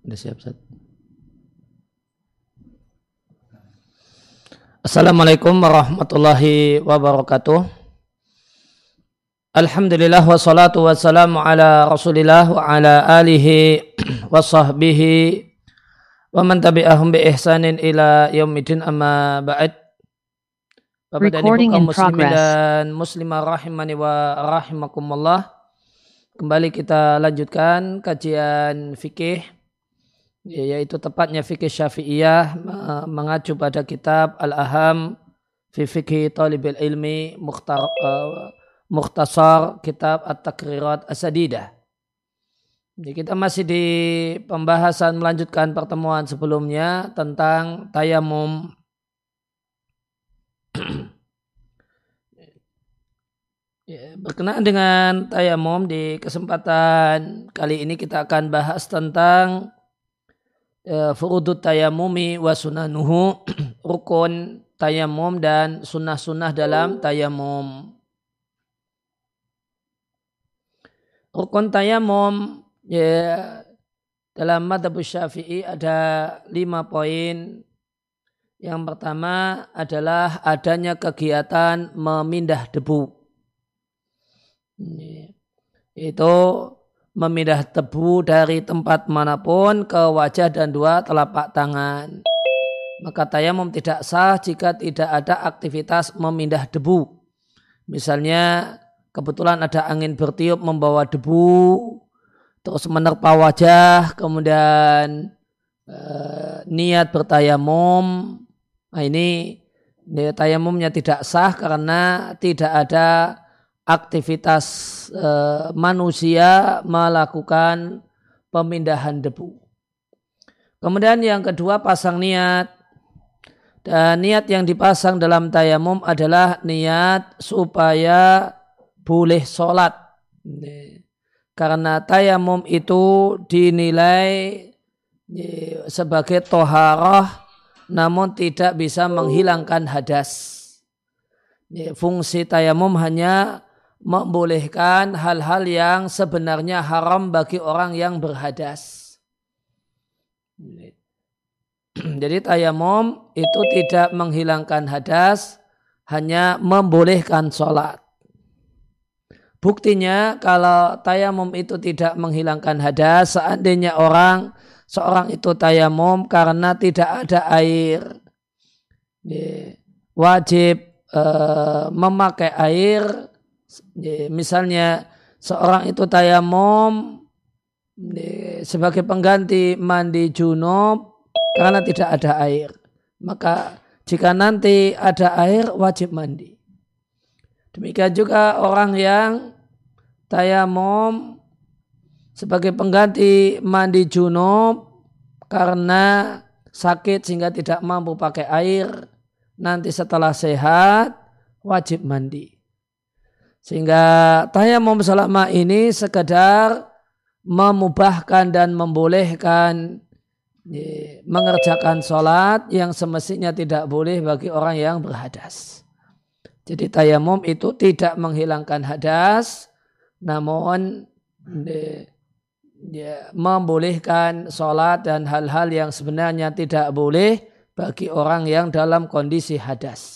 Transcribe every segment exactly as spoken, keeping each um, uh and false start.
Udah siap, Ustaz. Assalamualaikum warahmatullahi wabarakatuh. Alhamdulillah wassalatu wassalamu ala Rasulillah wa ala alihi wa sahbihi wa man tabi'ahum bi ihsanin ila yaumidin, amma ba'd. Bapak dan Ibu kaum muslimin dan muslimah rahimani wa rahimakumullah. Kembali kita lanjutkan kajian fikih, yaitu tepatnya fikih Syafi'iyah, mengacu pada kitab Al-Aham fi Fiqhi Thalibil Ilmi, mukhtar, uh, mukhtasar kitab At-Taqrirat As-Sadidah. Jadi kita masih di pembahasan melanjutkan pertemuan sebelumnya tentang tayamum. Ya, berkenaan dengan tayamum, di kesempatan kali ini kita akan bahas tentang uh, furudut tayamumi wa sunanuhu, rukun tayamum dan sunnah-sunnah dalam tayamum. Rukun tayamum ya, dalam madhab Syafi'i ada lima poin. Yang pertama adalah adanya kegiatan memindah debu. Itu memindah debu dari tempat manapun ke wajah dan dua telapak tangan. Maka tayamum tidak sah jika tidak ada aktivitas memindah debu. Misalnya kebetulan ada angin bertiup membawa debu, terus menerpa wajah, kemudian eh, niat bertayamum. Nah ini tayamumnya tidak sah karena tidak ada aktivitas e, manusia melakukan pemindahan debu. Kemudian yang kedua, pasang niat. Dan niat yang dipasang dalam tayamum adalah niat supaya boleh sholat. Karena tayamum itu dinilai sebagai toharah, namun tidak bisa menghilangkan hadas. Fungsi tayamum hanya membolehkan hal-hal yang sebenarnya haram bagi orang yang berhadas. Jadi tayamum itu tidak menghilangkan hadas, hanya membolehkan sholat. Buktinya kalau tayamum itu tidak menghilangkan hadas, seandainya orang seorang itu tayamum karena tidak ada air, wajib uh, memakai air. Misalnya seorang itu tayamum sebagai pengganti mandi junub karena tidak ada air, maka jika nanti ada air wajib mandi. Demikian juga orang yang tayamum sebagai pengganti mandi junub karena sakit sehingga tidak mampu pakai air, nanti setelah sehat wajib mandi. Sehingga tayamum selama ini sekedar memubahkan dan membolehkan ya, mengerjakan sholat yang semestinya tidak boleh bagi orang yang berhadas. Jadi tayamum itu tidak menghilangkan hadas, namun ya, ya, membolehkan sholat dan hal-hal yang sebenarnya tidak boleh bagi orang yang dalam kondisi hadas.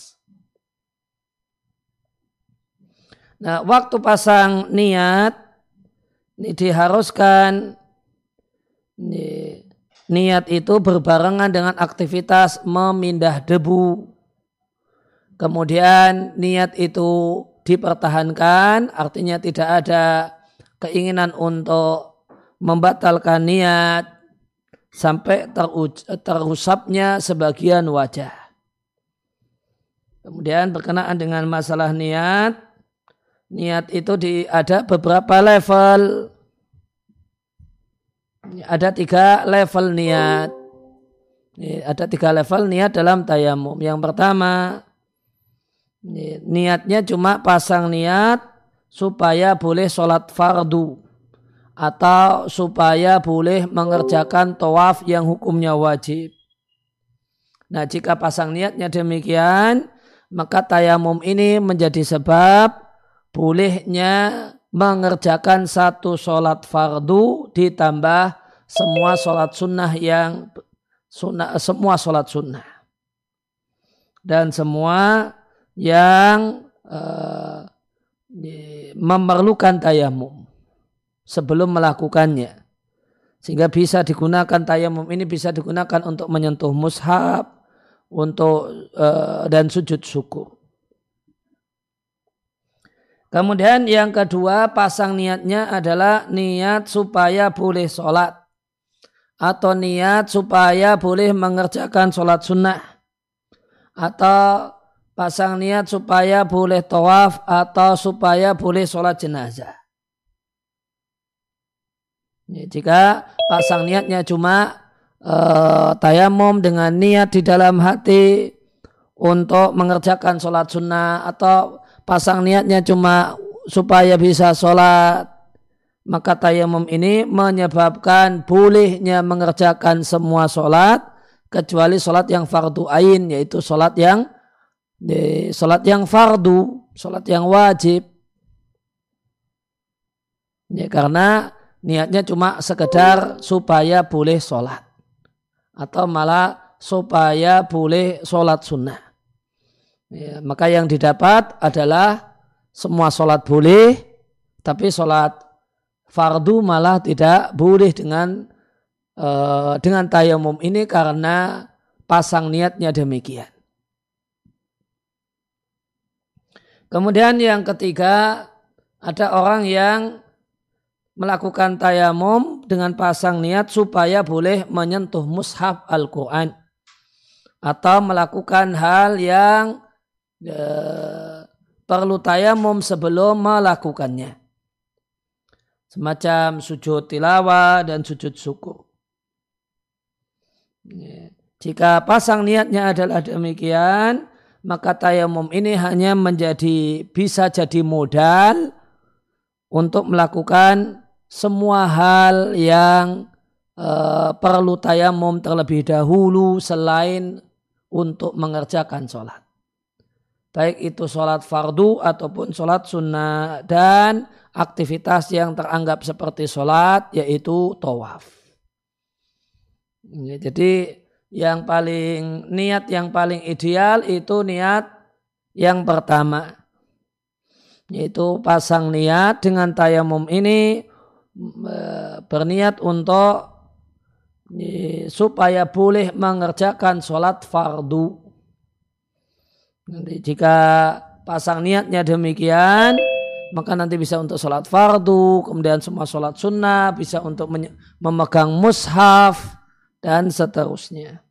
Nah, waktu pasang niat ini diharuskan ini, niat itu berbarengan dengan aktivitas memindah debu. Kemudian niat itu dipertahankan, artinya tidak ada keinginan untuk membatalkan niat sampai terusapnya sebagian wajah. Kemudian berkenaan dengan masalah niat, niat itu di, ada beberapa level. Ada tiga level niat. Ada tiga level niat dalam tayamum. Yang pertama, niatnya cuma pasang niat supaya boleh sholat fardu atau supaya boleh mengerjakan tawaf yang hukumnya wajib. Nah, jika pasang niatnya demikian, maka tayamum ini menjadi sebab bolehnya mengerjakan satu sholat fardu ditambah semua sholat sunnah yang sunnah, semua sholat sunnah dan semua yang uh, memerlukan tayamum sebelum melakukannya, sehingga bisa digunakan tayamum ini bisa digunakan untuk menyentuh mushaf, untuk uh, dan sujud syukur. Kemudian yang kedua, pasang niatnya adalah niat supaya boleh sholat atau niat supaya boleh mengerjakan sholat sunnah, atau pasang niat supaya boleh tawaf atau supaya boleh sholat jenazah. Jika pasang niatnya cuma uh, tayamum dengan niat di dalam hati untuk mengerjakan sholat sunnah, atau pasang niatnya cuma supaya bisa sholat, maka tayamum ini menyebabkan bolehnya mengerjakan semua sholat kecuali sholat yang fardu ain, yaitu sholat yang sholat yang fardu, sholat yang wajib. Ya, karena niatnya cuma sekedar supaya boleh sholat atau malah supaya boleh sholat sunnah. Ya, maka yang didapat adalah semua sholat boleh, tapi sholat fardu malah tidak boleh dengan uh, dengan tayamum ini karena pasang niatnya demikian. Kemudian yang ketiga, ada orang yang melakukan tayamum dengan pasang niat supaya boleh menyentuh mushaf Al-Quran atau melakukan hal yang Uh, perlu tayamum sebelum melakukannya, semacam sujud tilawah dan sujud syukur. Jika pasang niatnya adalah demikian, maka tayamum ini hanya menjadi bisa jadi modal untuk melakukan semua hal yang uh, perlu tayamum terlebih dahulu selain untuk mengerjakan sholat. Baik itu sholat fardu ataupun sholat sunnah dan aktivitas yang teranggap seperti sholat, yaitu tawaf. Ya, jadi yang paling niat yang paling ideal itu niat yang pertama, yaitu pasang niat dengan tayamum ini berniat untuk supaya boleh mengerjakan sholat fardu. Nanti jika pasang niatnya demikian, maka nanti bisa untuk sholat fardu, kemudian semua sholat sunnah, bisa untuk memegang mushaf, dan seterusnya.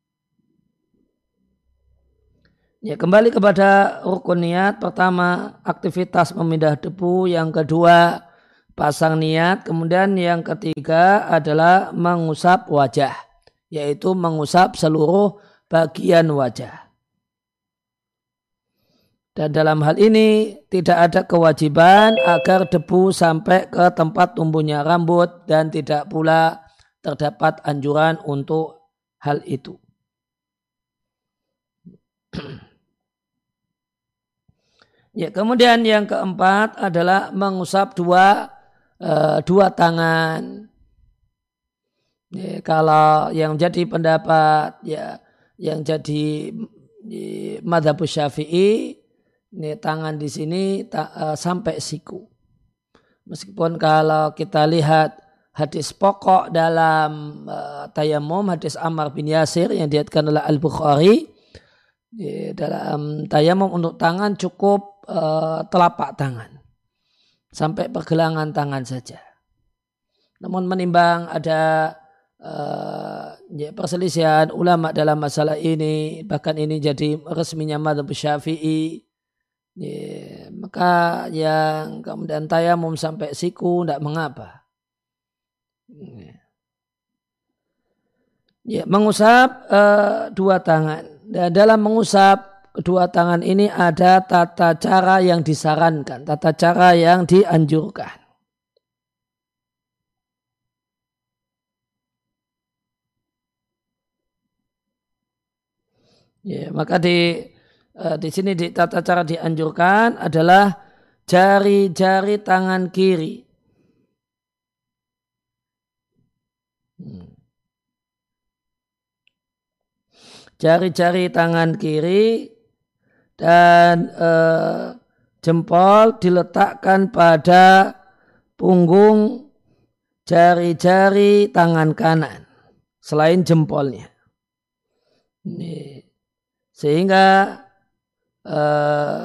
Ya, kembali kepada rukun niat. Pertama, aktivitas memindah debu. Yang kedua, pasang niat. Kemudian yang ketiga adalah mengusap wajah, yaitu mengusap seluruh bagian wajah. Dan dalam hal ini tidak ada kewajiban agar debu sampai ke tempat tumbuhnya rambut dan tidak pula terdapat anjuran untuk hal itu. Ya, kemudian yang keempat adalah mengusap dua uh, dua tangan. Ya, kalau yang jadi pendapat ya yang jadi mazhab Syafi'i, ini tangan di sini ta, uh, sampai siku. Meskipun kalau kita lihat hadis pokok dalam uh, tayamum, hadis Ammar bin Yasir yang diriwayatkan oleh Al-Bukhari, di dalam tayamum untuk tangan cukup uh, telapak tangan sampai pergelangan tangan saja. Namun menimbang ada uh, ya, perselisihan ulama dalam masalah ini, bahkan ini jadi resminya mazhab Syafi'i. Ya, maka yang kemudian tayamum sampai siku tidak mengapa. Ya, mengusap uh, dua tangan. Dan dalam mengusap kedua tangan ini ada tata cara yang disarankan, tata cara yang dianjurkan. Ya, maka di di sini di tata cara dianjurkan adalah jari-jari tangan kiri. jari-jari tangan kiri dan eh, jempol diletakkan pada punggung jari-jari tangan kanan selain jempolnya. Ini. Sehingga eh,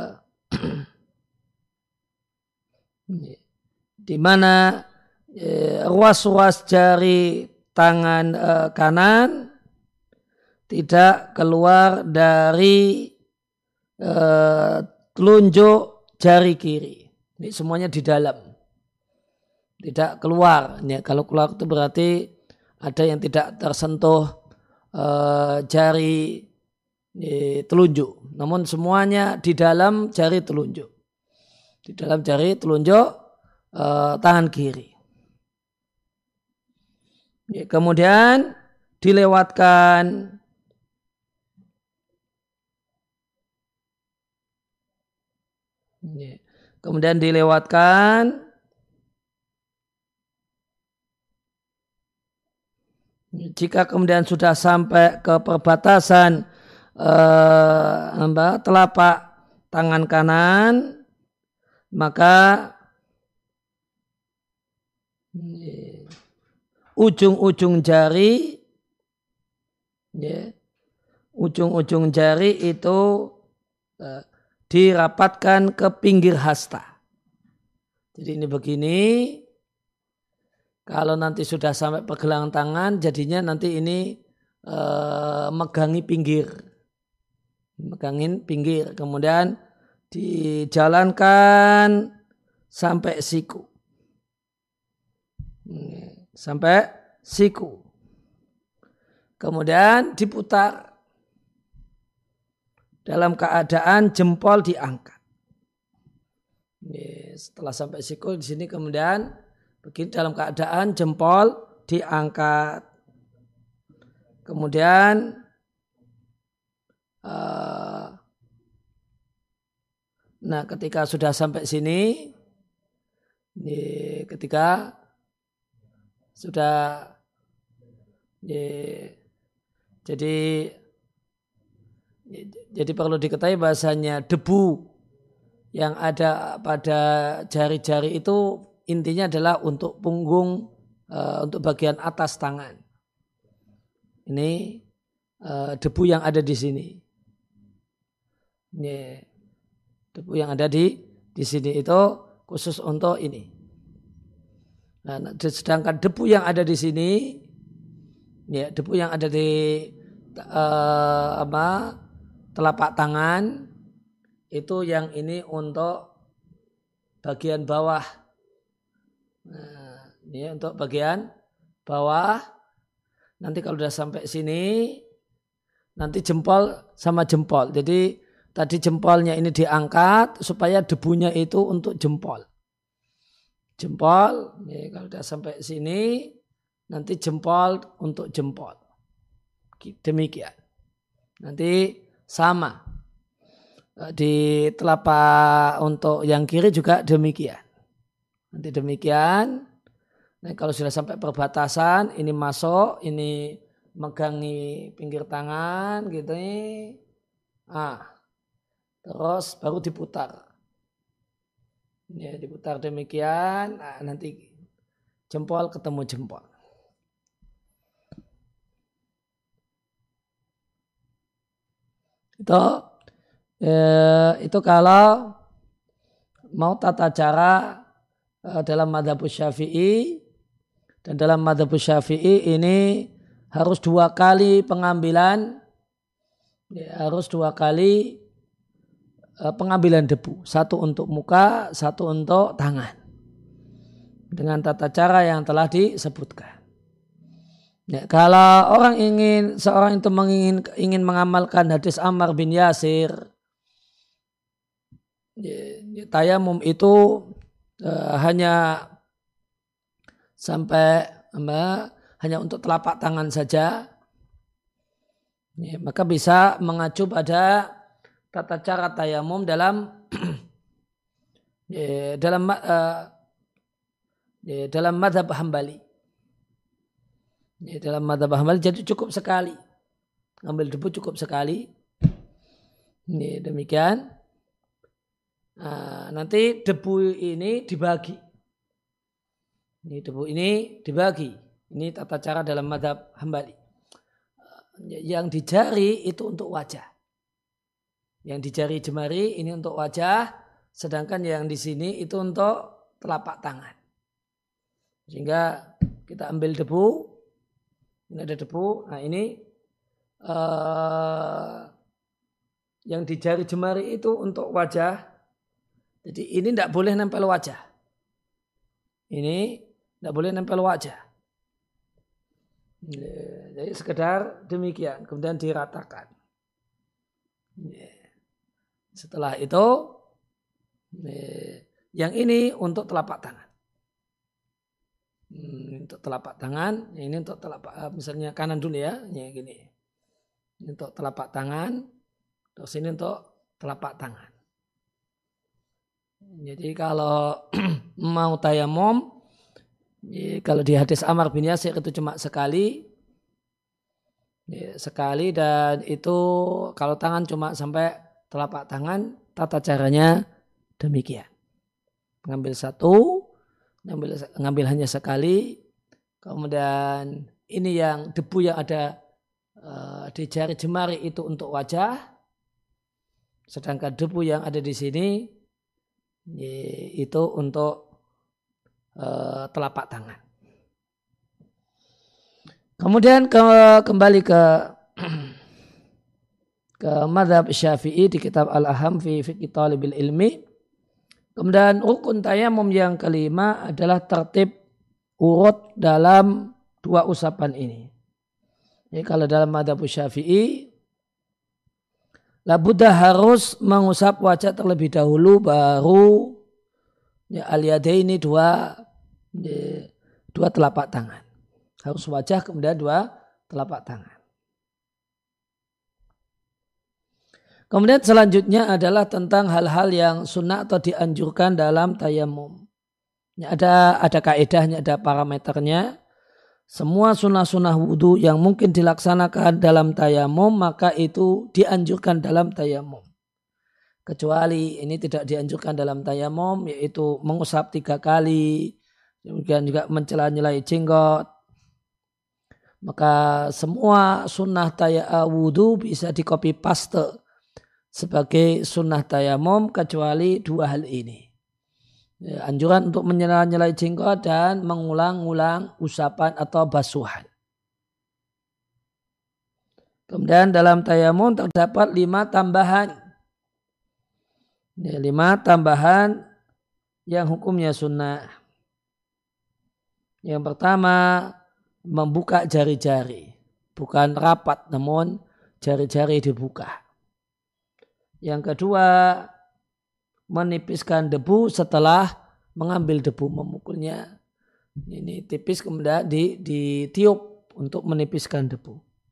di mana eh, ruas-ruas jari tangan eh, kanan tidak keluar dari eh, telunjuk jari kiri. Ini semuanya di dalam. Tidak keluar. Ya, kalau keluar itu berarti ada yang tidak tersentuh uh, jari eh, telunjuk. Namun semuanya di dalam jari telunjuk. Di dalam jari telunjuk uh, tangan kiri. Ya, kemudian dilewatkan ya, kemudian dilewatkan jika kemudian sudah sampai ke perbatasan eh, telapak tangan kanan, maka ujung-ujung jari, ya, ujung-ujung jari itu eh, dirapatkan ke pinggir hasta. Jadi ini begini. Kalau nanti sudah sampai pergelangan tangan, jadinya nanti ini e, megangi pinggir. Megangin pinggir. Kemudian dijalankan sampai siku. Sampai siku. Kemudian diputar. Dalam keadaan jempol diangkat. Setelah sampai siku, di sini kemudian begini dalam keadaan jempol diangkat. Kemudian uh, nah ketika sudah sampai sini, ini ketika sudah ini, jadi jadi perlu diketahui bahasanya debu yang ada pada jari-jari itu intinya adalah untuk punggung, uh, untuk bagian atas tangan. Ini uh, debu yang ada di sini. Ini debu yang ada di di sini itu khusus untuk ini. Nah, sedangkan debu yang ada di sini, ya debu yang ada di uh, apa telapak tangan itu yang ini untuk bagian bawah. Nah, ini untuk bagian bawah. Nanti kalau sudah sampai sini, nanti jempol sama jempol. Jadi tadi jempolnya ini diangkat supaya debunya itu untuk jempol. Jempol, ya, kalau sudah sampai sini, nanti jempol untuk jempol. Demikian. Nanti sama. Di telapak untuk yang kiri juga demikian. Nanti demikian. Nah, kalau sudah sampai perbatasan, ini masuk, ini megangi pinggir tangan, gitu nih. Ah, terus baru diputar. Ya, diputar demikian. Nah, nanti jempol ketemu jempol. Itu, eh, itu kalau mau tata cara dalam mazhab Syafi'i, dan dalam mazhab Syafi'i ini harus dua kali pengambilan, ya, harus dua kali pengambilan debu, satu untuk muka, satu untuk tangan, dengan tata cara yang telah disebutkan. Ya, kalau orang ingin, seorang itu mengingin, ingin mengamalkan hadis Ammar bin Yasir, ya, ya, tayamum itu Uh, hanya sampai uh, hanya untuk telapak tangan saja, ya, maka bisa mengacu pada tata cara tayamum dalam ya, dalam uh, ya, dalam mazhab Hambali. Ya, dalam mazhab Hambali jadi cukup sekali. Ngambil debu cukup sekali. Ini demikian. Nah, nanti debu ini dibagi. Ini debu ini dibagi. Ini tata cara dalam mazhab Hambali. Yang di jari itu untuk wajah. Yang di jari jemari ini untuk wajah, sedangkan yang di sini itu untuk telapak tangan. Sehingga kita ambil debu, ini ada debu, nah ini uh, yang di jari jemari itu untuk wajah. Jadi ini tidak boleh nempel wajah. Ini tidak boleh nempel wajah. Jadi sekedar demikian, kemudian diratakan. Setelah itu, yang ini untuk telapak tangan. Untuk telapak tangan, ini untuk telapak, misalnya kanan dulu ya, ya gini. Ini untuk telapak tangan, terus ini untuk telapak tangan. Jadi kalau mau tayamum, kalau di hadis Ammar bin Yasir itu cuma sekali, sekali dan itu kalau tangan cuma sampai telapak tangan, tata caranya demikian. Ngambil satu, ngambil, ngambil hanya sekali, kemudian ini yang debu yang ada uh, di jari jemari itu untuk wajah, sedangkan debu yang ada di sini itu untuk uh, telapak tangan. Kemudian ke, kembali ke ke mazhab Syafi'i di kitab Al-Aham fi Fiqh Talibil Ilmi. Kemudian rukun tayamum yang kelima adalah tertib urut dalam dua usapan ini. Jadi kalau dalam mazhab Syafi'i, labudah harus mengusap wajah terlebih dahulu baru ya, al-yadaini dua ya, dua telapak tangan. Harus wajah kemudian dua telapak tangan. Kemudian selanjutnya adalah tentang hal-hal yang sunnah atau dianjurkan dalam tayamum. Ada ada kaedahnya, ada parameternya. Semua sunnah-sunnah wudhu yang mungkin dilaksanakan dalam tayamum maka itu dianjurkan dalam tayamum. Kecuali ini tidak dianjurkan dalam tayamum, yaitu mengusap tiga kali, kemudian juga mencela-nyelai jenggot. Maka semua sunnah tayamum wudhu bisa di copy paste sebagai sunnah tayamum kecuali dua hal ini. Ya, anjuran untuk menyela-nyelai jenggot dan mengulang-ulang usapan atau basuhan. Kemudian dalam tayamum terdapat lima tambahan. Ya, lima tambahan yang hukumnya sunnah. Yang pertama, membuka jari-jari. Bukan rapat namun jari-jari dibuka. Yang kedua, menipiskan debu setelah mengambil debu, memukulnya. Ini tipis kemudian ditiup untuk menipiskan debu.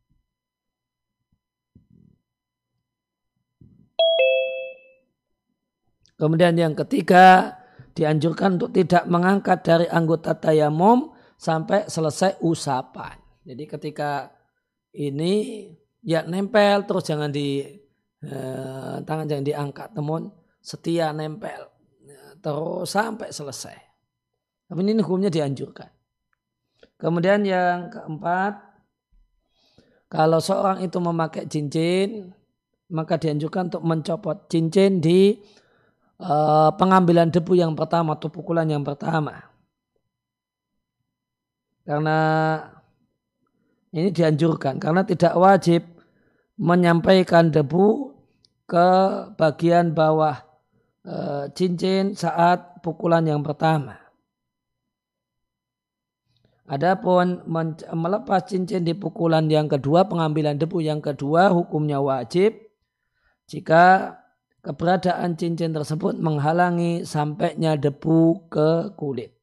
Kemudian yang ketiga, dianjurkan untuk tidak mengangkat dari anggota tayamum sampai selesai usapan. Jadi ketika ini ya nempel terus jangan di eh, tangan jangan diangkat, namun setia nempel terus sampai selesai. Tapi ini hukumnya dianjurkan. Kemudian yang keempat, kalau seorang itu memakai cincin, maka dianjurkan untuk mencopot cincin di uh, pengambilan debu yang pertama atau pukulan yang pertama. Karena ini dianjurkan, karena tidak wajib menyampaikan debu ke bagian bawah uh, cincin saat pukulan yang pertama. Adapun melepas cincin di pukulan yang kedua, pengambilan debu yang kedua, hukumnya wajib jika keberadaan cincin tersebut menghalangi sampainya debu ke kulit.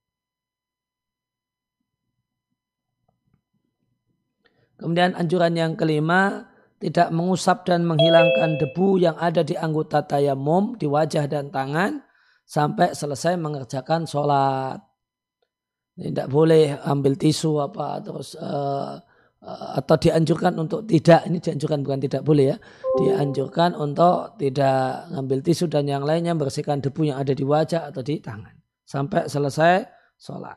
Kemudian anjuran yang kelima, tidak mengusap dan menghilangkan debu yang ada di anggota tayamum, di wajah dan tangan sampai selesai mengerjakan sholat. Tidak boleh ambil tisu apa terus uh, atau dianjurkan untuk tidak, ini dianjurkan bukan tidak boleh ya, dianjurkan untuk tidak ngambil tisu dan yang lainnya membersihkan debu yang ada di wajah atau di tangan sampai selesai sholat.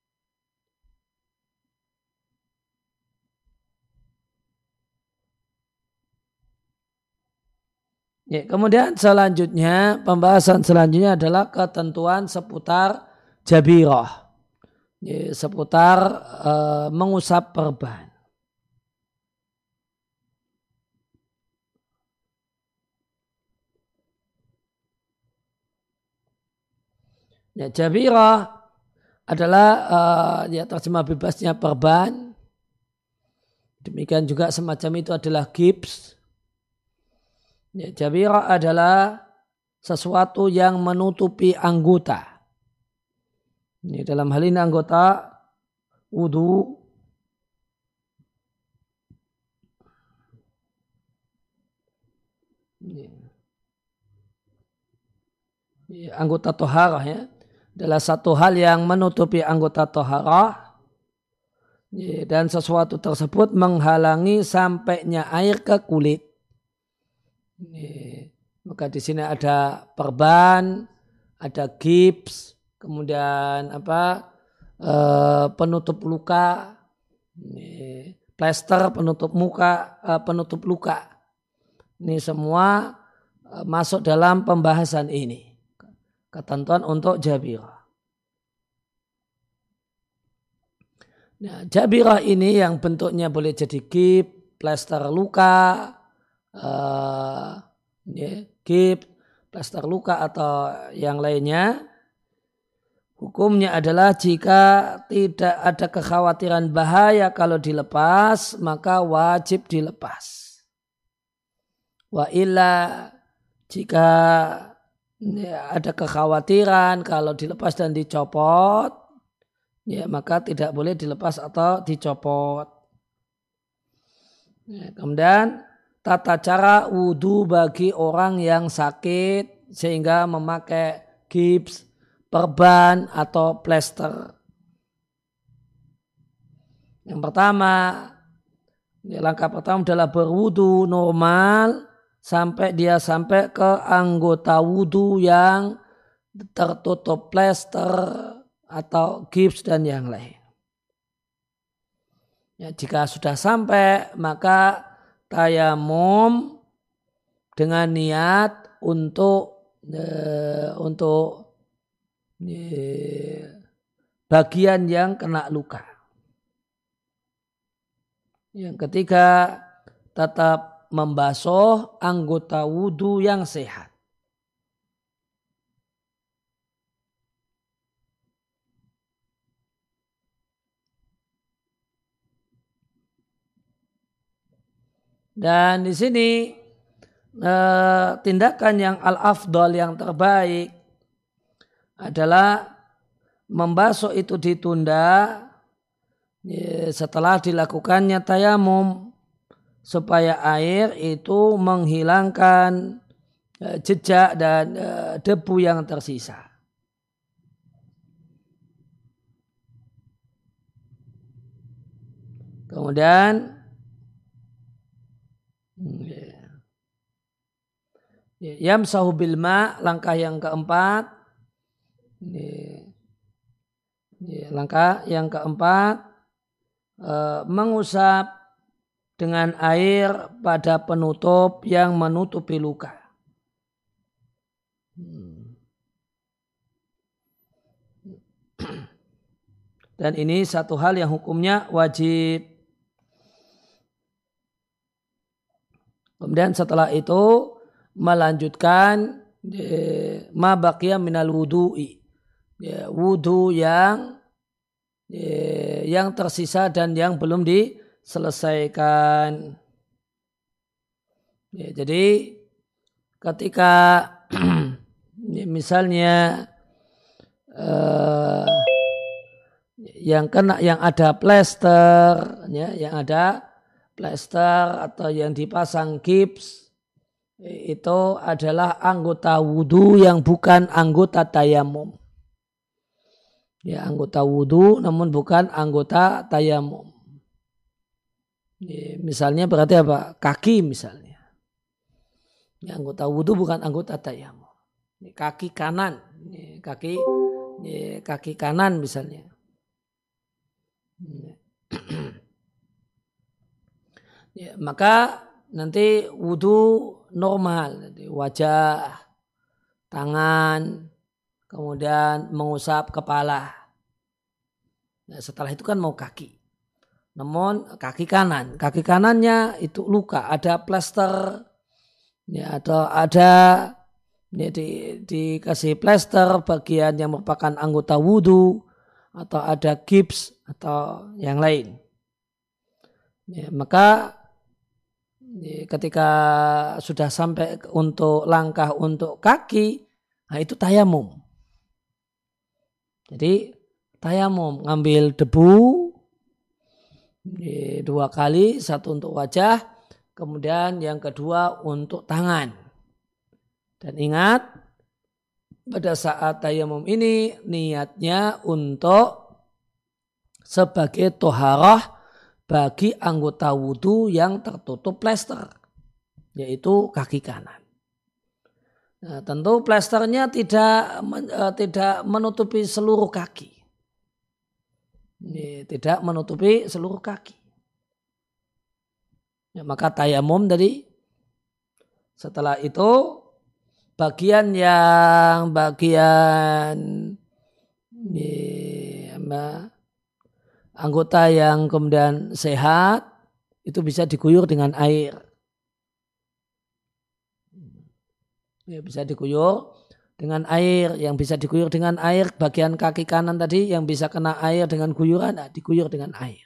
Ya, kemudian selanjutnya pembahasan selanjutnya adalah ketentuan seputar jabirah, ya, seputar uh, mengusap perban. Ya, jabirah adalah uh, ya terjemah bebasnya perban. Demikian juga semacam itu adalah gips. Ya, jabirah adalah sesuatu yang menutupi anggota. Ini dalam hal ini anggota wudu. Ya, anggota toharah ya. Adalah satu hal yang menutupi anggota toharah dan sesuatu tersebut menghalangi sampainya air ke kulit. Maka di sini ada perban, ada gips, kemudian apa e, penutup luka, plester penutup muka, e, penutup luka. Ini semua e, masuk dalam pembahasan ini. Ketentuan untuk jabirah. Nah, jabirah ini yang bentuknya boleh jadi gips, plester luka, uh, ya, gips, plester luka atau yang lainnya. Hukumnya adalah jika tidak ada kekhawatiran bahaya kalau dilepas, maka wajib dilepas. Wa illa jika ya, ada kekhawatiran kalau dilepas dan dicopot, ya maka tidak boleh dilepas atau dicopot. Ya, kemudian tata cara wudu bagi orang yang sakit sehingga memakai gips, perban atau plester. Yang pertama, ya, langkah pertama adalah berwudu normal sampai dia sampai ke anggota wudu yang tertutup plester atau gips dan yang lain. Ya, jika sudah sampai maka tayamum dengan niat untuk eh, untuk eh, bagian yang kena luka. Yang ketiga, tetap membasuh anggota wudu yang sehat. Dan di sini eh, tindakan yang al-afdal yang terbaik adalah membasuh itu ditunda ya, setelah dilakukannya tayamum, supaya air itu menghilangkan uh, jejak dan uh, debu yang tersisa. Kemudian yamsahu bil ma, langkah yang keempat. Langkah yang keempat uh, mengusap dengan air pada penutup yang menutupi luka. Dan ini satu hal yang hukumnya wajib. Kemudian setelah itu melanjutkan ma baqiya minal wudu'i. Ya, wudu yang yang tersisa dan yang belum di selesaikan. Ya, jadi ketika misalnya eh, yang kena yang ada plester, ya, yang ada plester atau yang dipasang gips itu adalah anggota wudu yang bukan anggota tayamum. Ya, anggota wudu namun bukan anggota tayamum. Misalnya berarti apa? Kaki misalnya. Ini anggota wudhu bukan anggota tayamum. Ini kaki kanan, ini kaki ini kaki kanan misalnya. Ya, maka nanti wudhu normal, wajah, tangan, kemudian mengusap kepala. Nah, setelah itu kan mau kaki. Namun kaki kanan, kaki kanannya itu luka, ada plester, ya, atau ada ya, di, dikasih plester bagian yang merupakan anggota wudhu, atau ada gips atau yang lain. Ya, maka ya, ketika sudah sampai untuk langkah untuk kaki, nah itu tayamum. Jadi tayamum ngambil debu ya, dua kali, satu untuk wajah, kemudian yang kedua untuk tangan. Dan ingat, pada saat tayamum ini niatnya untuk sebagai toharah bagi anggota wudhu yang tertutup plester, yaitu kaki kanan. Nah, tentu plesternya tidak tidak menutupi seluruh kaki. Ini tidak menutupi seluruh kaki. Ya, maka tayamum tadi. Setelah itu bagian yang bagian ya, anggota yang kemudian sehat itu bisa diguyur dengan air. Ya, bisa diguyur dengan air, yang bisa diguyur dengan air bagian kaki kanan tadi yang bisa kena air dengan guyuran, nah, diguyur dengan air.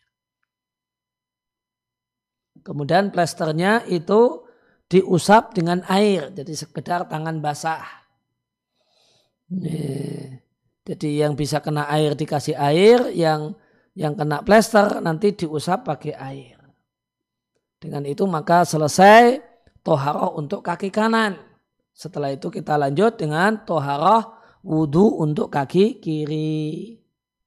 Kemudian plesternya itu diusap dengan air, jadi sekedar tangan basah. Nih, jadi yang bisa kena air dikasih air, yang yang kena plester nanti diusap pakai air. Dengan itu maka selesai toharoh untuk kaki kanan. Setelah itu kita lanjut dengan toharoh wudhu untuk kaki kiri.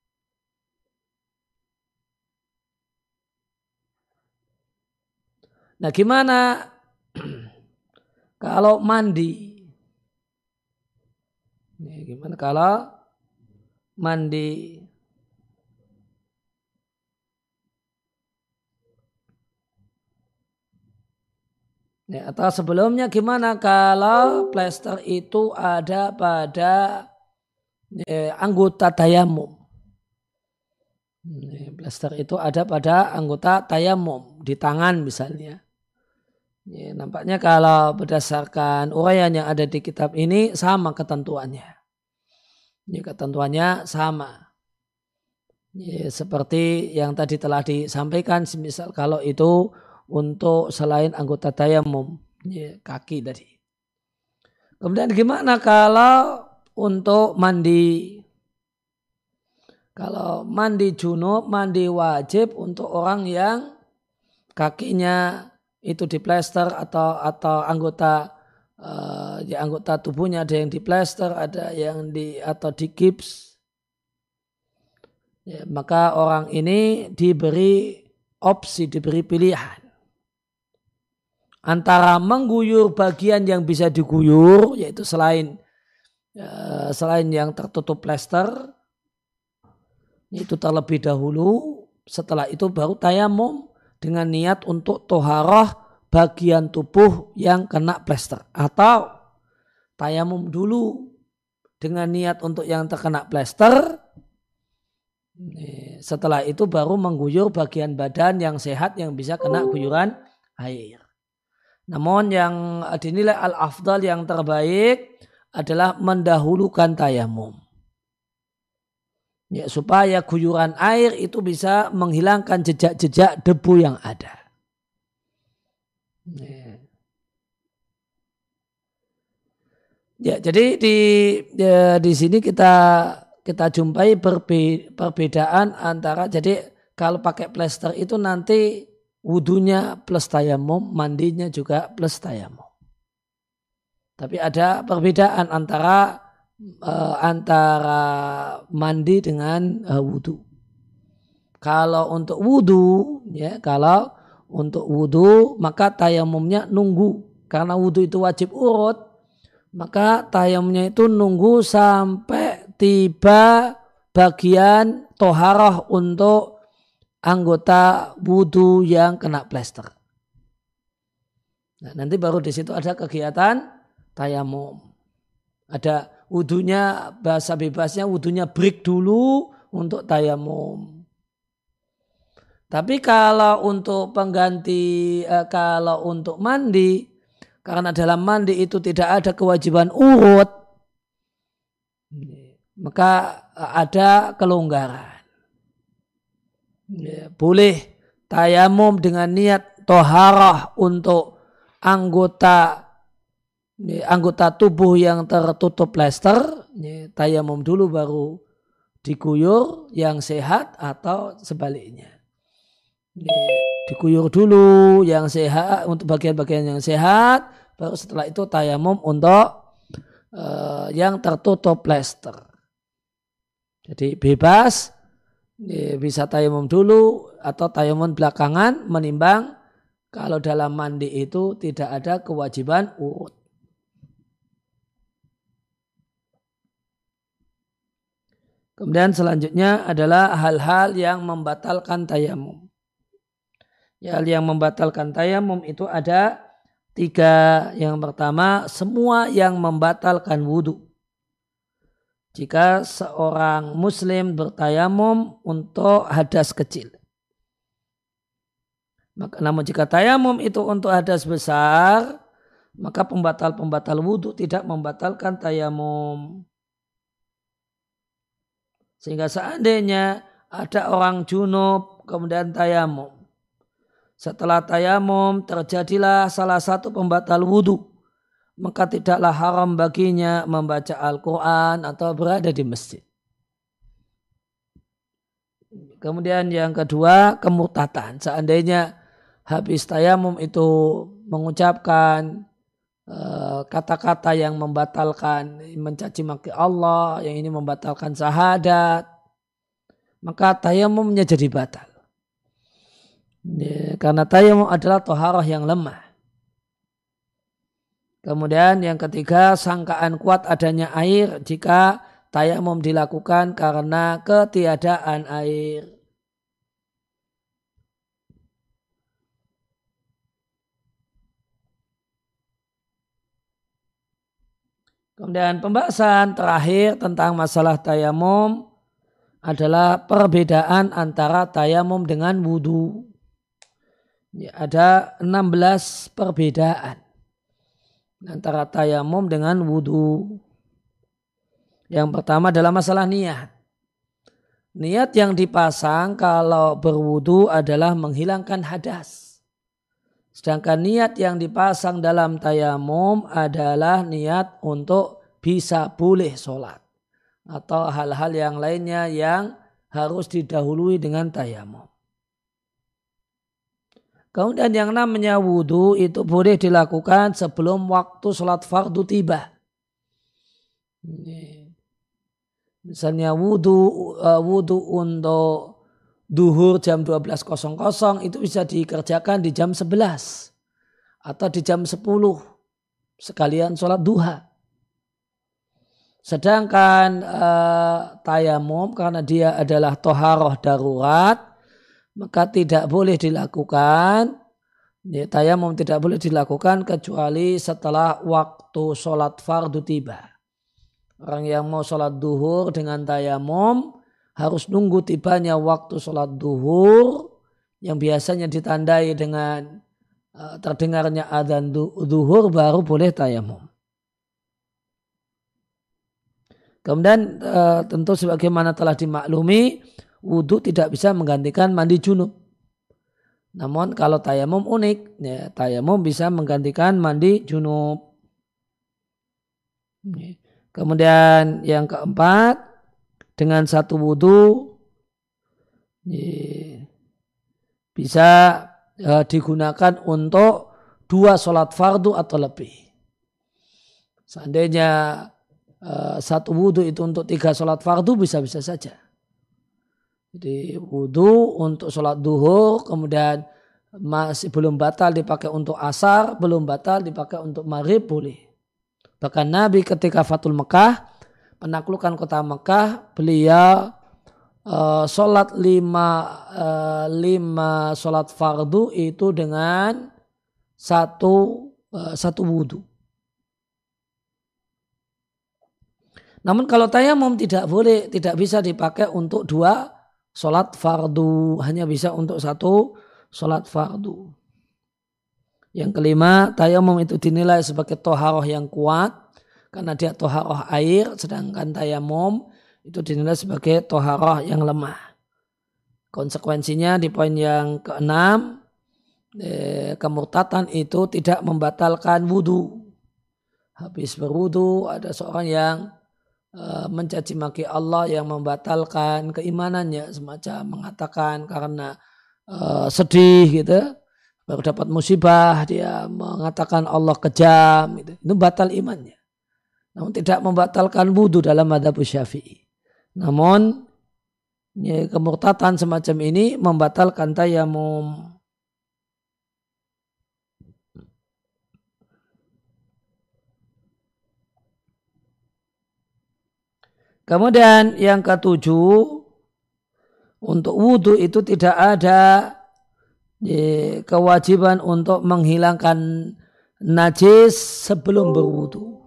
Nah, gimana kalau mandi? Nah, gimana kalau mandi? Ya, atau sebelumnya gimana kalau plester itu ada pada eh, anggota tayamum? Eh, plester itu ada pada anggota tayamum di tangan misalnya. Ya, nampaknya kalau berdasarkan uraian yang ada di kitab ini sama ketentuannya. Ya, ketentuannya sama. Ya, seperti yang tadi telah disampaikan, misal kalau itu untuk selain anggota tayamum, ya, kaki tadi. Kemudian gimana kalau untuk mandi? Kalau mandi junub, mandi wajib untuk orang yang kakinya itu diplester atau atau anggota uh, ya anggota tubuhnya ada yang diplester, ada yang di atau di gips. Ya, maka orang ini diberi opsi, diberi pilihan antara mengguyur bagian yang bisa diguyur, yaitu selain uh, selain yang tertutup plester, itu terlebih dahulu. Setelah itu baru tayamum dengan niat untuk toharah bagian tubuh yang kena plester, atau tayamum dulu dengan niat untuk yang terkena plester, setelah itu baru mengguyur bagian badan yang sehat yang bisa kena guyuran air. Namun yang dinilai al-afdal, yang terbaik adalah mendahulukan tayamum. Ya, supaya guyuran air itu bisa menghilangkan jejak-jejak debu yang ada. Ya, ya jadi di ya, di sini kita kita jumpai berbe, perbedaan antara, jadi kalau pakai plester itu nanti wudunya plus tayamum, mandinya juga plus tayamum. Tapi ada perbedaan antara uh, antara mandi dengan uh, wudu. Kalau untuk wudu, ya, kalau untuk wudhu, maka tayamumnya nunggu. Karena wudhu itu wajib urut, maka tayamumnya itu nunggu sampai tiba bagian toharoh untuk anggota wudhu yang kena plester. Nah, nanti baru di situ ada kegiatan tayamum. Ada wudhunya, bahasa bebasnya wudhunya break dulu untuk tayamum. Tapi kalau untuk pengganti, eh, kalau untuk mandi, karena dalam mandi itu tidak ada kewajiban urut, maka ada kelonggaran. Boleh tayamum dengan niat toharah untuk anggota anggota tubuh yang tertutup plester, tayamum dulu baru diguyur yang sehat atau sebaliknya. Diguyur dulu yang sehat untuk bagian-bagian yang sehat, baru setelah itu tayamum untuk uh, yang tertutup plester. Jadi bebas, bisa tayamum dulu atau tayamum belakangan menimbang kalau dalam mandi itu tidak ada kewajiban urut. Kemudian selanjutnya adalah hal-hal yang membatalkan tayamum. Ya, hal yang membatalkan tayamum itu ada tiga. Yang pertama, semua yang membatalkan wudhu. Jika seorang muslim bertayamum untuk hadas kecil. Maka, namun jika tayamum itu untuk hadas besar, maka pembatal-pembatal wudhu tidak membatalkan tayamum. Sehingga seandainya ada orang junub kemudian tayamum. Setelah tayamum terjadilah salah satu pembatal wudhu, maka tidaklah haram baginya membaca Al-Quran atau berada di masjid. Kemudian yang kedua, kemurtatan. Seandainya habis tayamum itu mengucapkan uh, kata-kata yang membatalkan, mencaci maki Allah, yang ini membatalkan syahadat, maka tayamumnya jadi batal. Ya, karena tayamum adalah toharah yang lemah. Kemudian yang ketiga, sangkaan kuat adanya air jika tayamum dilakukan karena ketiadaan air. Kemudian pembahasan terakhir tentang masalah tayamum adalah perbedaan antara tayamum dengan wudhu. Ya, ada enam belas perbedaan antara tayamum dengan wudhu. Yang pertama adalah masalah niat. Niat yang dipasang kalau berwudhu adalah menghilangkan hadas. Sedangkan niat yang dipasang dalam tayamum adalah niat untuk bisa boleh sholat. Atau hal-hal yang lainnya yang harus didahului dengan tayamum. Kemudian yang namanya wudhu itu boleh dilakukan sebelum waktu sholat fardu tiba. Misalnya wudhu, uh, wudhu untuk duhur jam dua belas itu bisa dikerjakan di jam sebelas atau di jam sepuluh sekalian sholat duha. Sedangkan uh, tayamum karena dia adalah toharoh darurat, maka tidak boleh dilakukan, ya, tayamum tidak boleh dilakukan kecuali setelah waktu sholat fardu tiba. Orang yang mau sholat duhur dengan tayamum harus nunggu tibanya waktu sholat duhur yang biasanya ditandai dengan uh, terdengarnya adzan duhur baru boleh tayamum. Kemudian uh, tentu sebagaimana telah dimaklumi, wudhu tidak bisa menggantikan mandi junub. Namun kalau tayamum unik, ya, tayamum bisa menggantikan mandi junub. Kemudian yang keempat, dengan satu wudhu ya, bisa ya, digunakan untuk dua sholat fardu atau lebih. Seandainya uh, satu wudhu itu untuk tiga sholat fardu bisa-bisa saja. Jadi wudhu untuk sholat duhur, kemudian masih belum batal dipakai untuk asar, belum batal dipakai untuk maghrib, boleh. Bahkan Nabi ketika Fathul Mekah, penaklukan kota Mekah, beliau uh, sholat lima, uh, lima sholat fardu itu dengan satu, uh, satu wudhu. Namun kalau tayamum tidak boleh, tidak bisa dipakai untuk dua sholat fardu, hanya bisa untuk satu sholat fardu. Yang kelima, tayamum itu dinilai sebagai toharoh yang kuat karena dia toharoh air, sedangkan tayamum itu dinilai sebagai toharoh yang lemah. Konsekuensinya di poin yang keenam, eh, kemurtatan itu tidak membatalkan wudhu. Habis berwudhu ada seorang yang mencaci maki Allah yang membatalkan keimanannya, semacam mengatakan karena uh, sedih gitu, baru dapat musibah dia mengatakan Allah kejam, gitu. Itu batal imannya. Namun tidak membatalkan wudhu dalam mazhab Syafi'i. Namun ya, kemurtatan semacam ini membatalkan tayamum. Kemudian yang ketujuh, untuk wudhu itu tidak ada ya, kewajiban untuk menghilangkan najis sebelum berwudhu.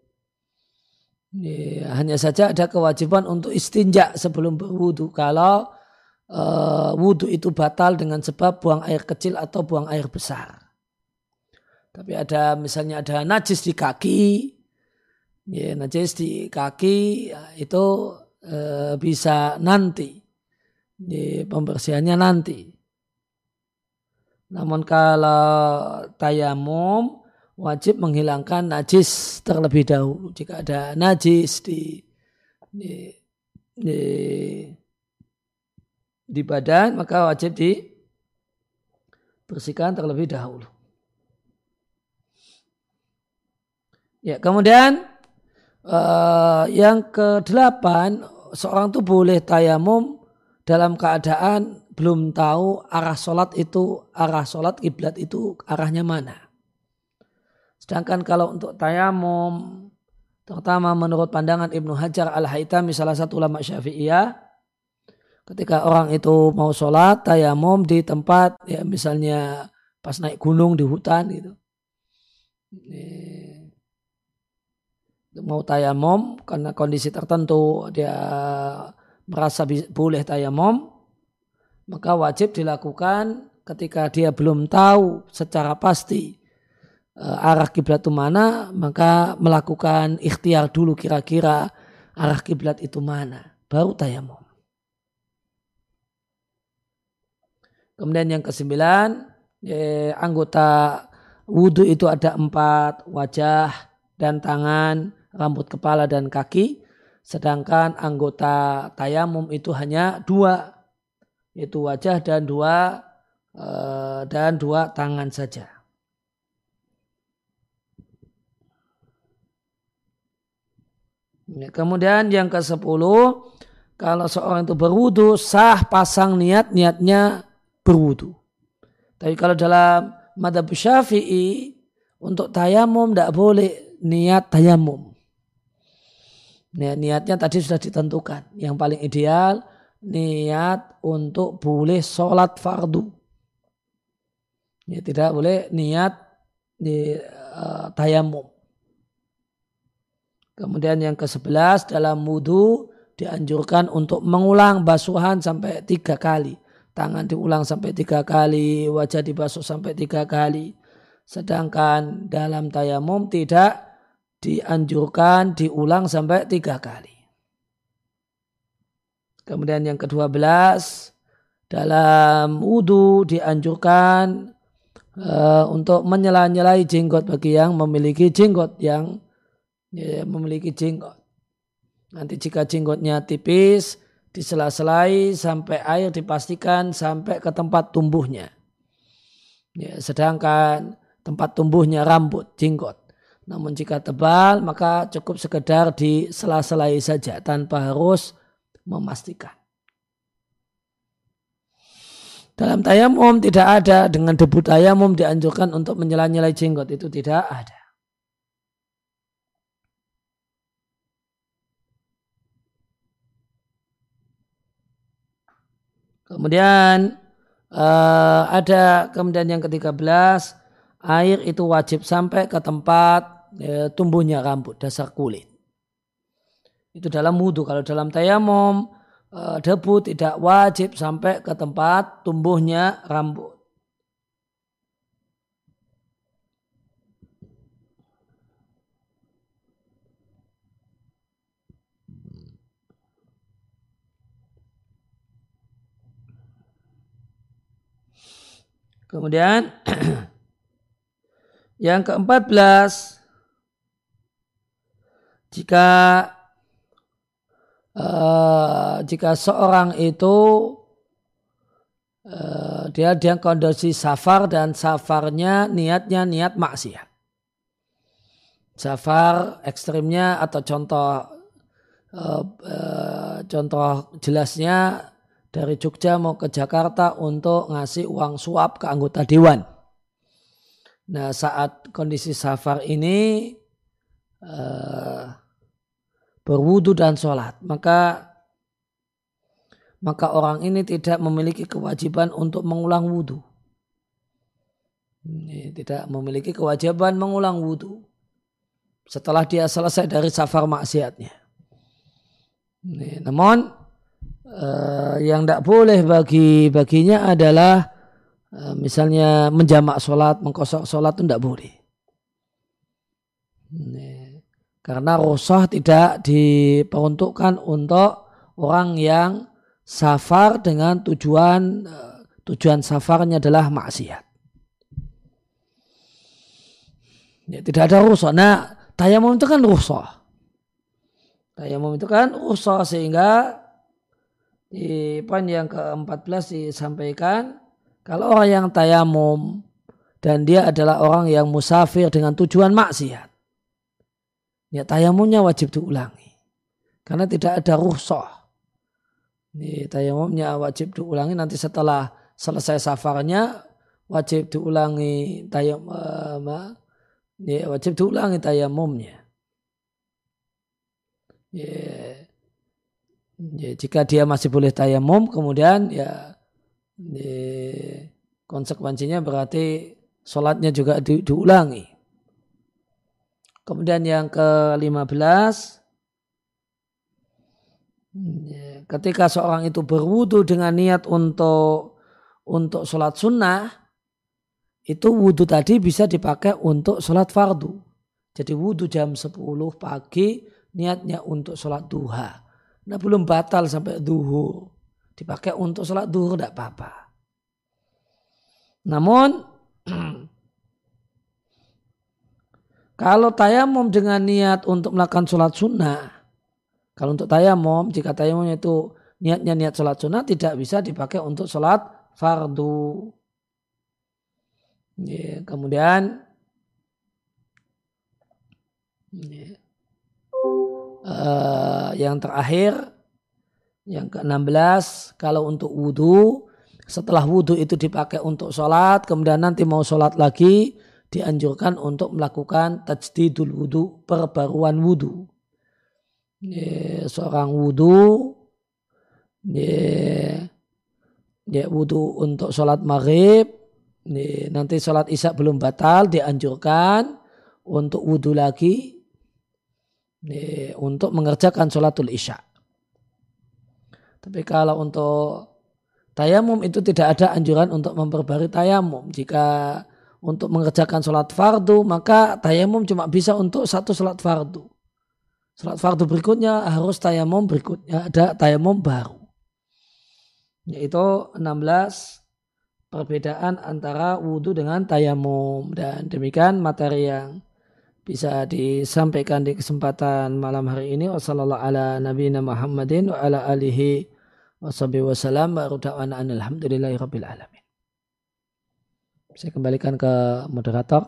Ya, hanya saja ada kewajiban untuk istinja sebelum berwudhu. Kalau uh, wudhu itu batal dengan sebab buang air kecil atau buang air besar. Tapi ada misalnya ada najis di kaki. Ya, najis di kaki ya, itu e, bisa nanti, ya, pembersihannya nanti. Namun kalau tayamum wajib menghilangkan najis terlebih dahulu. Jika ada najis di di, di, di badan maka wajib dibersihkan terlebih dahulu. Ya, kemudian Uh, yang kedelapan, seorang itu boleh tayamum dalam keadaan belum tahu arah sholat itu, arah sholat kiblat itu arahnya mana. Sedangkan kalau untuk tayamum, terutama menurut pandangan Ibnu Hajar Al-Haytami, salah satu ulama Syafi'iyah, ketika orang itu mau sholat tayamum di tempat, ya misalnya pas naik gunung di hutan gitu. Ini, mau tayamum karena kondisi tertentu dia merasa boleh tayamum, maka wajib dilakukan ketika dia belum tahu secara pasti uh, arah kiblat itu mana, maka melakukan ikhtiar dulu kira-kira arah kiblat itu mana, baru tayamum. Kemudian yang kesembilan, eh, anggota wudhu itu ada empat, wajah dan tangan, rambut kepala dan kaki, sedangkan anggota tayamum itu hanya dua, yaitu wajah dan dua uh, dan dua tangan saja. Kemudian yang kesepuluh, kalau seorang itu berwudu sah pasang niat, niatnya berwudu. Tapi kalau dalam mazhab Syafi'i untuk tayamum tidak boleh niat tayamum. Niat niatnya tadi sudah ditentukan. Yang paling ideal niat untuk boleh sholat fardu. Ya, tidak boleh niat di uh, tayamum. Kemudian yang kesebelas, dalam wudu dianjurkan untuk mengulang basuhan sampai tiga kali. Tangan diulang sampai tiga kali, wajah dibasuh sampai tiga kali. Sedangkan dalam tayamum tidak dianjurkan diulang sampai tiga kali. Kemudian yang kedua belas, dalam wudu dianjurkan uh, untuk menyela-nyelai jenggot bagi yang memiliki jenggot, yang ya, memiliki jenggot. Nanti jika jenggotnya tipis, disela-selai sampai air dipastikan sampai ke tempat tumbuhnya. Ya, sedangkan tempat tumbuhnya rambut, jenggot. Namun jika tebal maka cukup sekedar disela-selai saja tanpa harus memastikan. Dalam tayamum tidak ada, dengan debu tayamum dianjurkan untuk menyela-nyelai jenggot, itu tidak ada. Kemudian uh, ada kemudian yang ketiga belas, air itu wajib sampai ke tempat uh, tumbuhnya rambut, dasar kulit. Itu dalam wudu. Kalau dalam tayamum, uh, debu tidak wajib sampai ke tempat tumbuhnya rambut. Kemudian yang keempat belas, jika uh, jika seorang itu uh, dia dia kondisi safar dan safarnya niatnya niat maksiat. Safar ekstrimnya atau contoh uh, uh, contoh jelasnya dari Jogja mau ke Jakarta untuk ngasih uang suap ke anggota dewan. Nah, saat kondisi safar ini uh, berwudu dan sholat, maka maka orang ini tidak memiliki kewajiban untuk mengulang wudu. Ini tidak memiliki kewajiban mengulang wudu setelah dia selesai dari safar maksiatnya. Ini, namun Uh, yang tidak boleh bagi baginya adalah uh, misalnya menjamak sholat, mengkosok sholat itu tidak boleh. Ini, karena rukhsah tidak diperuntukkan untuk orang yang safar dengan tujuan uh, tujuan safarnya adalah maksiat. Ya, tidak ada rukhsah. Nah, tayamum itu kan rukhsah. Tayamum itu kan rukhsah, sehingga di poin yang keempat belas disampaikan, kalau orang yang tayamum dan dia adalah orang yang musafir dengan tujuan maksiat, ya tayamumnya wajib diulangi karena tidak ada rukhsah. Ini tayamumnya wajib diulangi, nanti setelah selesai safarnya wajib diulangi tayamum, ya, wajib diulangi tayamumnya. Ya. Ya, jika dia masih boleh tayamum, kemudian ya, ya konsekuensinya berarti sholatnya juga di, diulangi. Kemudian yang ke lima belas, ya, ketika seorang itu berwudu dengan niat untuk untuk sholat sunnah, itu wudu tadi bisa dipakai untuk sholat fardu. Jadi wudu jam sepuluh pagi, niatnya untuk sholat duha. Nah, belum batal sampai duhur. Dipakai untuk sholat duhur tidak apa-apa. Namun, kalau tayamum dengan niat untuk melakukan sholat sunnah, kalau untuk tayamum, jika tayamum itu niatnya niat sholat sunnah, tidak bisa dipakai untuk sholat fardu. Ya, kemudian, ya. Uh, yang terakhir, yang ke enam belas, kalau untuk wudu, setelah wudu itu dipakai untuk sholat, kemudian nanti mau sholat lagi, dianjurkan untuk melakukan tajdidul wudu, perbaruan wudu. Ya, seorang wudu, ya, ya wudu untuk sholat maghrib, ya, nanti sholat isya belum batal, dianjurkan untuk wudu lagi, untuk mengerjakan sholatul isya. Tapi kalau untuk tayamum itu tidak ada anjuran untuk memperbarui tayamum. Jika untuk mengerjakan sholat fardu, maka tayamum cuma bisa untuk satu sholat fardu. Sholat fardu berikutnya harus tayamum berikutnya, ada tayamum baru. Yaitu enam belas perbedaan antara wudu dengan tayamum. Dan demikian materi yang bisa disampaikan di kesempatan malam hari ini. Wassallallahu ala nabiyina Muhammadin wa ala alihi washabihi wasallam wa ruda'wana alhamdulillahi rabbil alamin. Saya kembalikan ke moderator.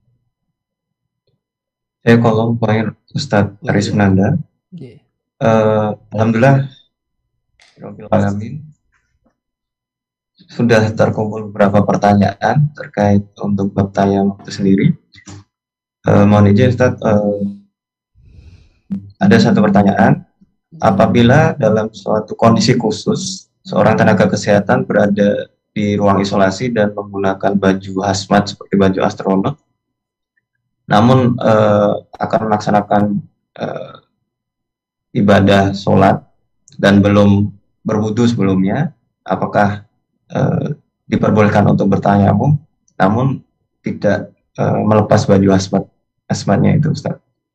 Saya kolom poin Ustadz Aris Menanda. Yeah. Uh, Alhamdulillah rabbil alamin. sudah terkumpul beberapa pertanyaan terkait untuk bab tayamum itu sendiri. Uh, mohon izin Ustaz, uh, ada satu pertanyaan. Apabila dalam suatu kondisi khusus, seorang tenaga kesehatan berada di ruang isolasi dan menggunakan baju hazmat seperti baju astronot, namun uh, akan melaksanakan uh, ibadah sholat dan belum berwudu sebelumnya, apakah uh, diperbolehkan untuk bertayamum, namun tidak uh, melepas baju hazmat hazmatnya itu, Ustaz?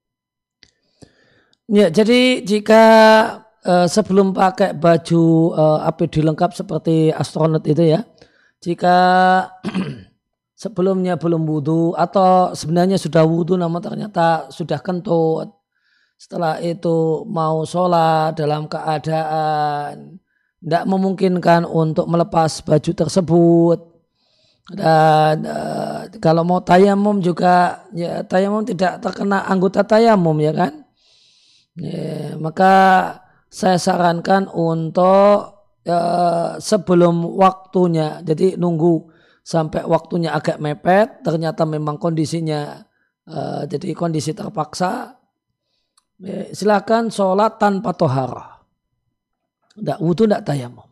Ya, jadi jika uh, sebelum pakai baju uh, A P D lengkap seperti astronot itu ya, jika sebelumnya belum wudhu atau sebenarnya sudah wudhu namun ternyata sudah kentut, setelah itu mau sholat dalam keadaan tidak memungkinkan untuk melepas baju tersebut, dan uh, kalau mau tayamum juga ya tayamum tidak terkena anggota tayamum ya kan. Ya, maka saya sarankan untuk ya, sebelum waktunya, jadi nunggu sampai waktunya agak mepet, ternyata memang kondisinya uh, jadi kondisi terpaksa, ya, silakan sholat tanpa toharah, tidak wudhu, tidak tayamum,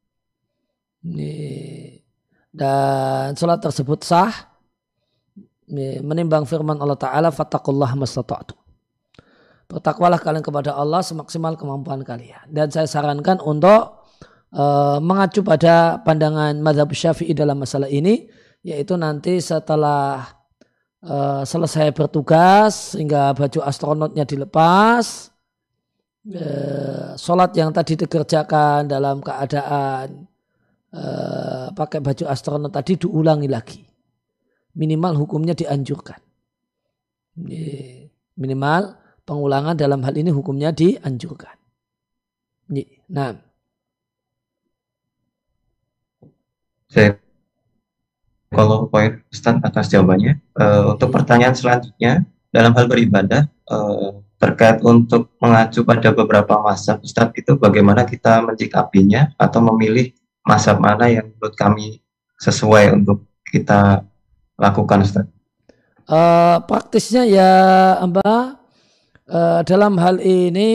ya, dan sholat tersebut sah, ya, menimbang firman Allah Ta'ala, fattaqullaha mastata'tum. Bertakwalah kalian kepada Allah semaksimal kemampuan kalian. Dan saya sarankan untuk uh, mengacu pada pandangan mazhab Syafi'i dalam masalah ini, yaitu nanti setelah uh, selesai bertugas sehingga baju astronotnya dilepas, uh, sholat yang tadi dikerjakan dalam keadaan uh, pakai baju astronot tadi diulangi lagi. Minimal hukumnya dianjurkan. Minimal pengulangan dalam hal ini hukumnya dianjurkan. Nah, saya kalau poin Ustaz atas jawabannya. Uh, untuk pertanyaan selanjutnya, dalam hal beribadah uh, terkait untuk mengacu pada beberapa mazhab, Ustaz, itu bagaimana kita menyikapinya atau memilih mazhab mana yang menurut kami sesuai untuk kita lakukan, Ustaz? Uh, praktisnya ya apa? Uh, dalam hal ini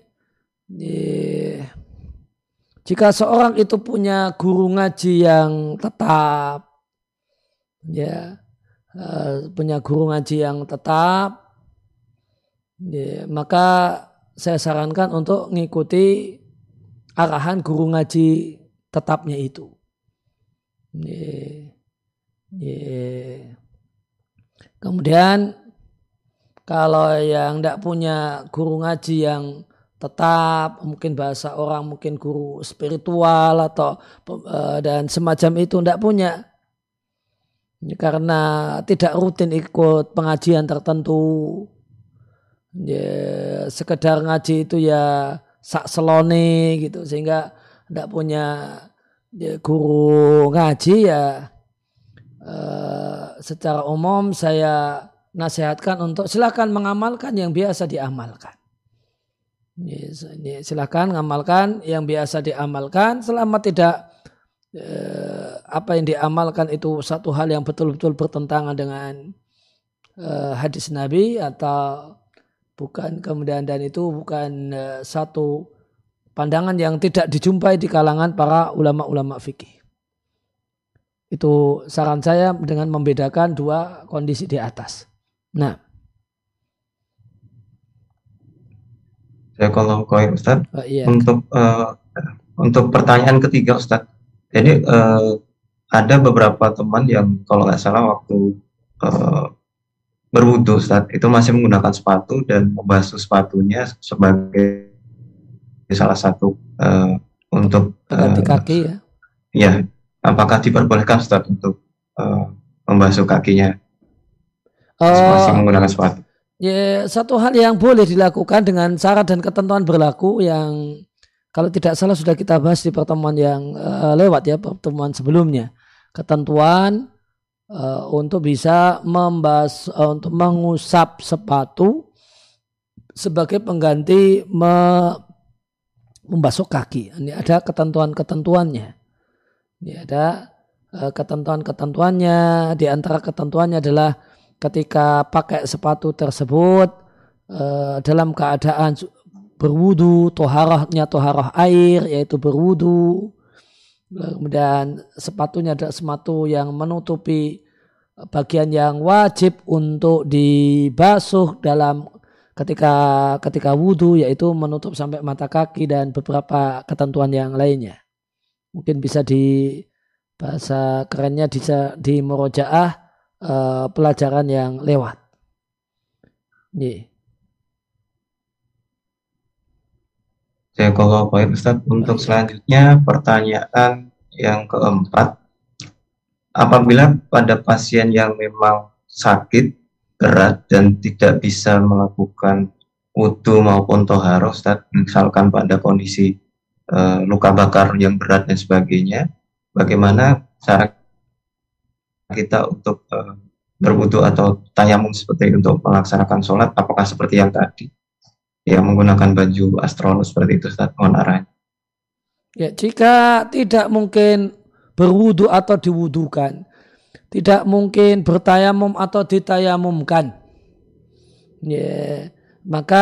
yeah, jika seorang itu punya guru ngaji yang tetap, ya, uh, punya guru ngaji yang tetap, ya, maka saya sarankan untuk mengikuti arahan guru ngaji tetapnya itu. Ya, ya. Kemudian kalau yang tidak punya guru ngaji yang tetap, mungkin bahasa orang mungkin guru spiritual atau dan semacam itu tidak punya, karena tidak rutin ikut pengajian tertentu, ya, sekedar ngaji itu ya sak selone gitu, sehingga tidak punya ya, guru ngaji ya eh, secara umum saya nasihatkan untuk silakan mengamalkan yang biasa diamalkan. Silakan mengamalkan yang biasa diamalkan selama tidak eh, apa yang diamalkan itu satu hal yang betul-betul bertentangan dengan eh, hadis Nabi atau bukan, kemudian dan itu bukan eh, satu pandangan yang tidak dijumpai di kalangan para ulama-ulama fikih. Itu saran saya dengan membedakan dua kondisi di atas. Nah, saya kalau koin Ustaz, oh, iya. untuk uh, untuk pertanyaan ketiga Ustaz, jadi uh, ada beberapa teman yang kalau nggak salah waktu uh, berwudu Ustaz itu masih menggunakan sepatu dan membasuh sepatunya sebagai salah satu uh, untuk Ganti uh, kaki ya. Ya, apakah diperbolehkan Ustaz untuk uh, membasuh kakinya masih Uh, menggunakan sepatu? Ya, satu hal yang boleh dilakukan dengan syarat dan ketentuan berlaku yang kalau tidak salah sudah kita bahas di pertemuan yang uh, lewat ya, pertemuan sebelumnya. Ketentuan uh, untuk bisa membas, uh, untuk mengusap sepatu sebagai pengganti me, membasuh kaki. Ini ada ketentuan-ketentuannya. Ya, ada uh, ketentuan-ketentuannya. Di antara ketentuannya adalah ketika pakai sepatu tersebut uh, dalam keadaan berwudu, toharahnya toharah air, yaitu berwudu. Kemudian sepatunya adalah sepatu yang menutupi bagian yang wajib untuk dibasuh dalam ketika ketika wudu, yaitu menutup sampai mata kaki dan beberapa ketentuan yang lainnya. Mungkin bisa di bahasa kerennya di, di murojaah uh, pelajaran yang lewat. Nih. Jazakallahu khair Ustaz. Untuk selanjutnya pertanyaan yang keempat, apabila pada pasien yang memang sakit berat dan tidak bisa melakukan wudu maupun toharoh, Ustaz, misalkan pada kondisi uh, luka bakar yang berat dan sebagainya, bagaimana cara kita untuk uh, berwudu atau tayamum seperti untuk melaksanakan sholat? Apakah seperti yang tadi, yang menggunakan baju astronot seperti itu, Ustaz? Mohon arahnya. Ya, jika tidak mungkin berwudu atau diwudukan, tidak mungkin bertayamum atau ditayamumkan, ya, maka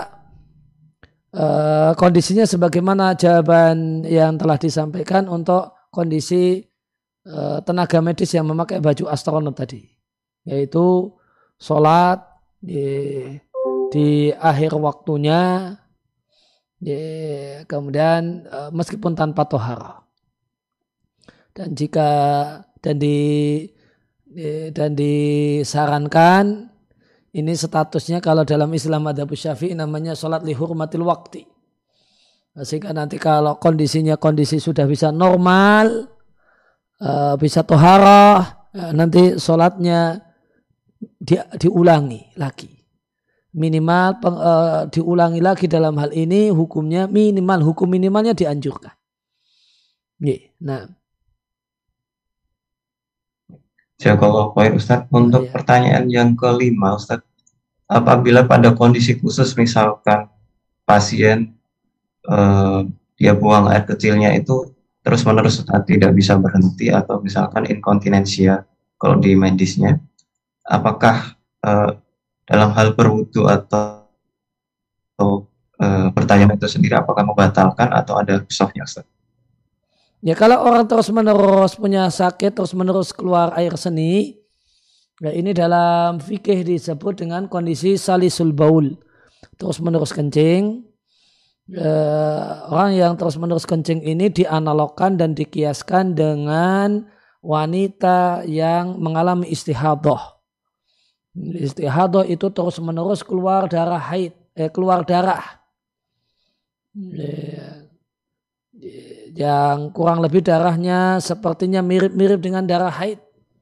uh, kondisinya sebagaimana jawaban yang telah disampaikan untuk kondisi uh, tenaga medis yang memakai baju astronot tadi, yaitu sholat di, di akhir waktunya, ya, kemudian uh, meskipun tanpa tohara, dan jika dan di dan disarankan ini statusnya kalau dalam Islam madzhab Syafi'i namanya sholat li hurmatil waqti. Sehingga nanti kalau kondisinya kondisi sudah bisa normal, uh, bisa toharah, nanti sholatnya di, diulangi lagi. Minimal peng, uh, diulangi lagi dalam hal ini hukumnya minimal, hukum minimalnya dianjurkan. Nah, Jazakallahu khair Ustaz. Untuk ya. Pertanyaan yang kelima, Ustaz, apabila pada kondisi khusus misalkan pasien eh, dia buang air kecilnya itu terus menerus Ustaz, tidak bisa berhenti atau misalkan inkontinensia kalau di medisnya, apakah eh, dalam hal berwudu atau, atau eh, bertayamum itu sendiri apakah membatalkan atau ada rukhsahnya, Ustaz? Ya, kalau orang terus-menerus punya sakit, terus-menerus keluar air seni, ya ini dalam fikih disebut dengan kondisi salisul baul, terus-menerus kencing. Eh, orang yang terus-menerus kencing ini dianalogkan dan dikiaskan dengan wanita yang mengalami istihadah. Istihadah itu terus-menerus keluar darah haid, eh, keluar darah. Ya. Yang kurang lebih darahnya sepertinya mirip-mirip dengan darah haid.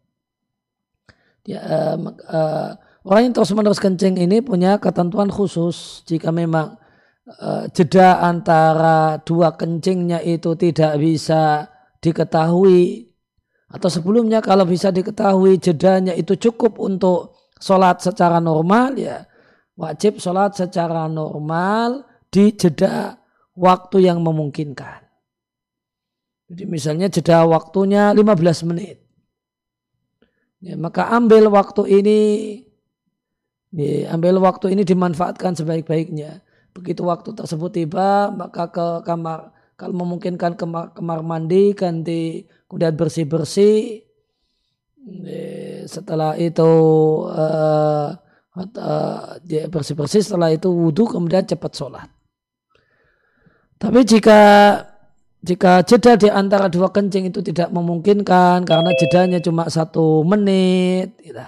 Ya, uh, uh, orang yang terus-menerus kencing ini punya ketentuan khusus. Jika memang uh, jeda antara dua kencingnya itu tidak bisa diketahui, atau sebelumnya kalau bisa diketahui jedanya itu cukup untuk sholat secara normal, ya wajib sholat secara normal di jeda waktu yang memungkinkan. Jadi misalnya jeda waktunya lima belas menit. Ya, maka ambil waktu ini, ya, ambil waktu ini dimanfaatkan sebaik-baiknya. Begitu waktu tersebut tiba, maka ke kamar, kalau memungkinkan ke kamar mandi, ganti, kemudian bersih-bersih. Ya, setelah itu uh, uh, dia bersih-bersih, setelah itu wudhu, kemudian cepat sholat. Tapi jika Jika jeda di antara dua kencing itu tidak memungkinkan karena jedanya cuma satu menit, gitu.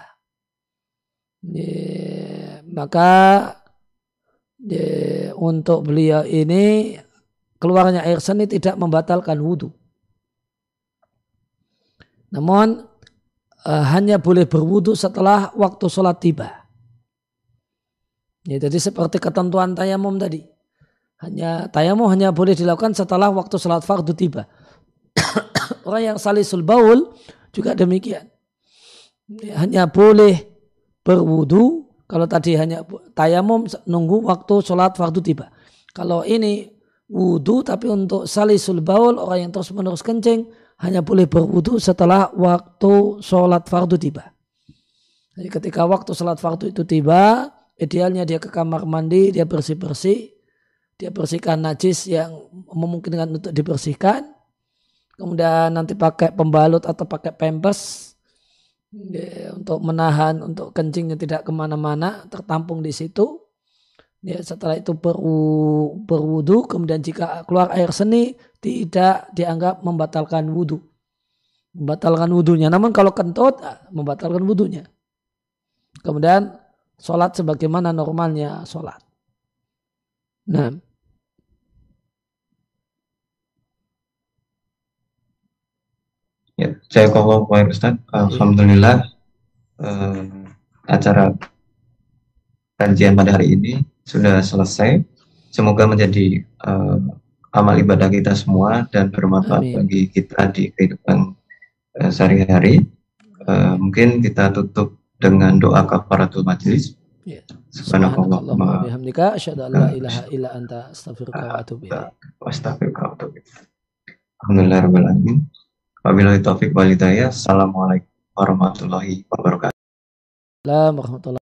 Ya, maka ya, untuk beliau ini keluarnya air seni tidak membatalkan wudhu. Namun eh, hanya boleh berwudhu setelah waktu sholat tiba. Ya, jadi seperti ketentuan tayamum tadi. Hanya tayamum hanya boleh dilakukan setelah waktu salat fardu tiba. Orang yang salisul baul juga demikian. Hanya boleh berwudu kalau tadi hanya tayamum nunggu waktu salat fardu tiba. Kalau ini wudu tapi untuk salisul baul, orang yang terus menerus kencing, hanya boleh berwudu setelah waktu sholat fardu tiba. Jadi ketika waktu sholat fardu itu tiba, idealnya dia ke kamar mandi, dia bersih-bersih, dia bersihkan najis yang memungkinkan untuk dibersihkan, kemudian nanti pakai pembalut atau pakai pampers ya, untuk menahan, untuk kencingnya tidak kemana-mana, tertampung di situ. Ya, setelah itu beru, berwudu, kemudian jika keluar air seni tidak dianggap membatalkan wudu, membatalkan wudunya. Namun kalau kentut membatalkan wudunya. Kemudian sholat sebagaimana normalnya sholat. Nah, ya, saya kok Pak Ustaz. Alhamdulillah eh, acara kajian pada hari ini sudah selesai. Semoga menjadi uh, amal ibadah kita semua dan bermanfaat amin. bagi kita di kehidupan uh, sehari-hari. Uh, mungkin kita tutup dengan doa kafaratul majlis. Ya. Subhanakallahumma wa bihamdika asyhadu an la ilaha illa anta astaghfiruka wa atubu ilaik. Alhamdulillahirabbil alamin. Wabillahi taufik wal hidayah. Assalamualaikum warahmatullahi wabarakatuh. Assalamualaikum warahmatullahi